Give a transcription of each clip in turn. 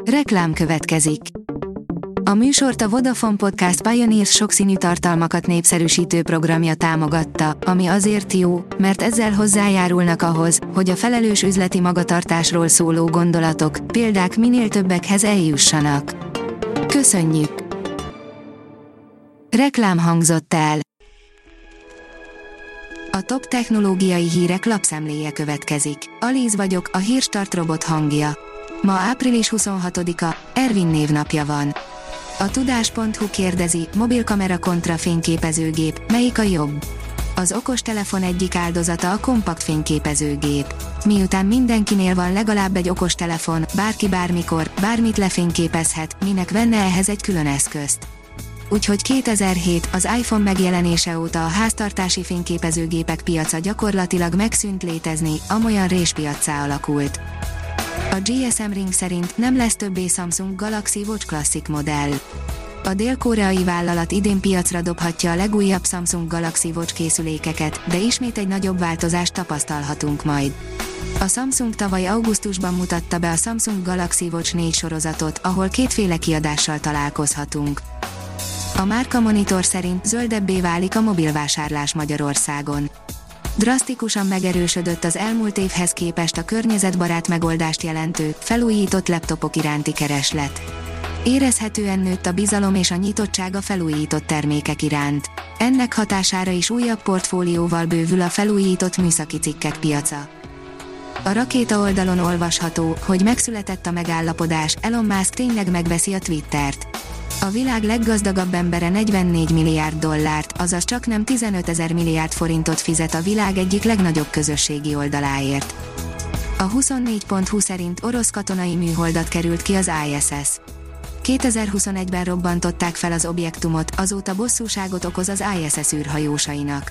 Reklám következik. A műsort a Vodafone Podcast Pioneers sokszínű tartalmakat népszerűsítő programja támogatta, ami azért jó, mert ezzel hozzájárulnak ahhoz, hogy a felelős üzleti magatartásról szóló gondolatok, példák minél többekhez eljussanak. Köszönjük! Reklám hangzott el. A top technológiai hírek lapszemléje következik. Alíz vagyok, a Hírstart robot hangja. Ma április 26-a, Ervin névnapja van. A tudás.hu kérdezi, mobilkamera kontra fényképezőgép, melyik a jobb? Az okostelefon egyik áldozata a kompakt fényképezőgép. Miután mindenkinél van legalább egy okostelefon, bárki bármikor, bármit lefényképezhet, minek venne ehhez egy külön eszközt. Úgyhogy 2007, az iPhone megjelenése óta a háztartási fényképezőgépek piaca gyakorlatilag megszűnt létezni, amolyan réspiaccá alakult. A GSM Ring szerint nem lesz többé Samsung Galaxy Watch Classic modell. A dél-koreai vállalat idén piacra dobhatja a legújabb Samsung Galaxy Watch készülékeket, de ismét egy nagyobb változást tapasztalhatunk majd. A Samsung tavaly augusztusban mutatta be a Samsung Galaxy Watch 4 sorozatot, ahol kétféle kiadással találkozhatunk. A Márka Monitor szerint zöldebbé válik a mobilvásárlás Magyarországon. Drasztikusan megerősödött az elmúlt évhez képest a környezetbarát megoldást jelentő, felújított laptopok iránti kereslet. Érezhetően nőtt a bizalom és a nyitottság a felújított termékek iránt. Ennek hatására is újabb portfólióval bővül a felújított műszaki cikkek piaca. A Rakéta oldalon olvasható, hogy megszületett a megállapodás, Elon Musk tényleg megveszi a Twittert. A világ leggazdagabb embere 44 milliárd dollárt, azaz csaknem 15 000 milliárd forintot fizet a világ egyik legnagyobb közösségi oldaláért. A 24.hu szerint orosz katonai műholdat került ki az ISS. 2021-ben robbantották fel az objektumot, azóta bosszúságot okoz az ISS űrhajósainak.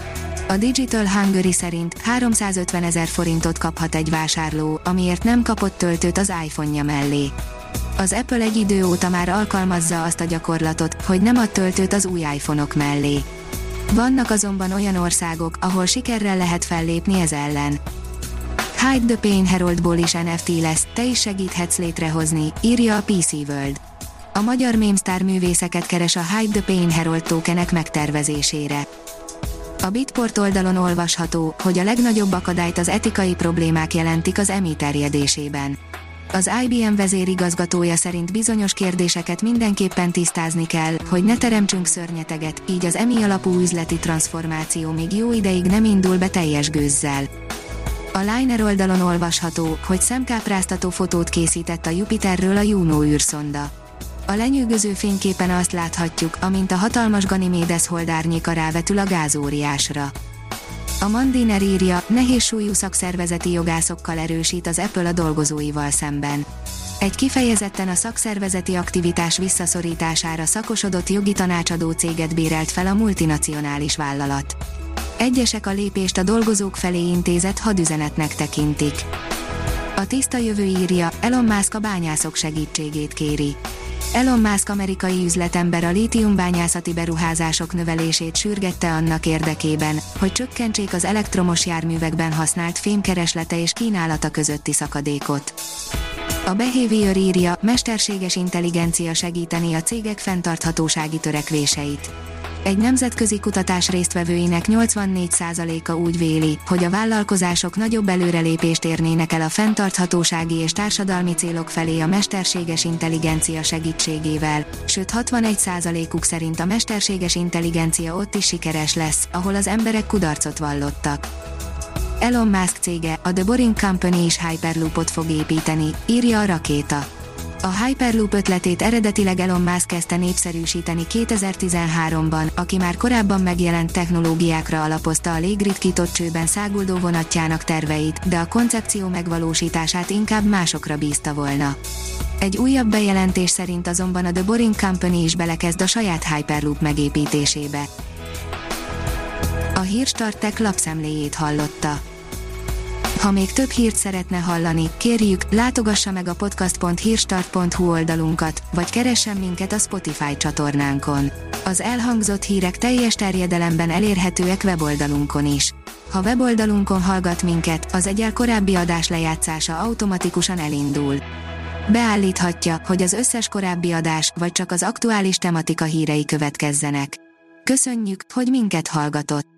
A Digital Hungary szerint 350 000 forintot kaphat egy vásárló, amiért nem kapott töltőt az iPhone-ja mellé. Az Apple egy idő óta már alkalmazza azt a gyakorlatot, hogy nem ad töltőt az új iPhone-ok mellé. Vannak azonban olyan országok, ahol sikerrel lehet fellépni ez ellen. Hide the Pain Heraldból is NFT lesz, te is segíthetsz létrehozni, írja a PC World. A magyar mémsztár művészeket keres a Hide the Pain Herald tokenek megtervezésére. A Bitport oldalon olvasható, hogy a legnagyobb akadályt az etikai problémák jelentik az EMI terjedésében. Az IBM vezérigazgatója szerint bizonyos kérdéseket mindenképpen tisztázni kell, hogy ne teremtsünk szörnyeteget, így az EMI alapú üzleti transformáció még jó ideig nem indul be teljes gőzzel. A Liner oldalon olvasható, hogy szemkápráztató fotót készített a Jupiterről a Juno űrszonda. A lenyűgöző fényképen azt láthatjuk, amint a hatalmas Ganymédes holdárnyéka rávetül a gázóriásra. A Mandiner írja, nehéz súlyú szakszervezeti jogászokkal erősít az Apple a dolgozóival szemben. Egy kifejezetten a szakszervezeti aktivitás visszaszorítására szakosodott jogi tanácsadó céget bérelt fel a multinacionális vállalat. Egyesek a lépést a dolgozók felé intézett hadüzenetnek tekintik. A Tiszta Jövő írja, Elon Musk a bányászok segítségét kéri. Elon Musk amerikai üzletember a lítiumbányászati beruházások növelését sürgette annak érdekében, hogy csökkentsék az elektromos járművekben használt fém kereslete és kínálata közötti szakadékot. A Behavior írja, mesterséges intelligencia segíteni a cégek fenntarthatósági törekvéseit. Egy nemzetközi kutatás résztvevőinek 84%-a úgy véli, hogy a vállalkozások nagyobb előrelépést érnének el a fenntarthatósági és társadalmi célok felé a mesterséges intelligencia segítségével, sőt 61%-uk szerint a mesterséges intelligencia ott is sikeres lesz, ahol az emberek kudarcot vallottak. Elon Musk cége, a The Boring Company is Hyperloopot fog építeni, írja a Rakéta. A Hyperloop ötletét eredetileg Elon Musk kezdte népszerűsíteni 2013-ban, aki már korábban megjelent technológiákra alapozta a légritkított csőben száguldó vonatjának terveit, de a koncepció megvalósítását inkább másokra bízta volna. Egy újabb bejelentés szerint azonban a The Boring Company is belekezd a saját Hyperloop megépítésébe. A Hírstart Tech lapszemléjét hallotta. Ha még több hírt szeretne hallani, kérjük, látogassa meg a podcast.hírstart.hu oldalunkat, vagy keressen minket a Spotify csatornánkon. Az elhangzott hírek teljes terjedelemben elérhetőek weboldalunkon is. Ha weboldalunkon hallgat minket, az egyel korábbi adás lejátszása automatikusan elindul. Beállíthatja, hogy az összes korábbi adás, vagy csak az aktuális tematika hírei következzenek. Köszönjük, hogy minket hallgatott!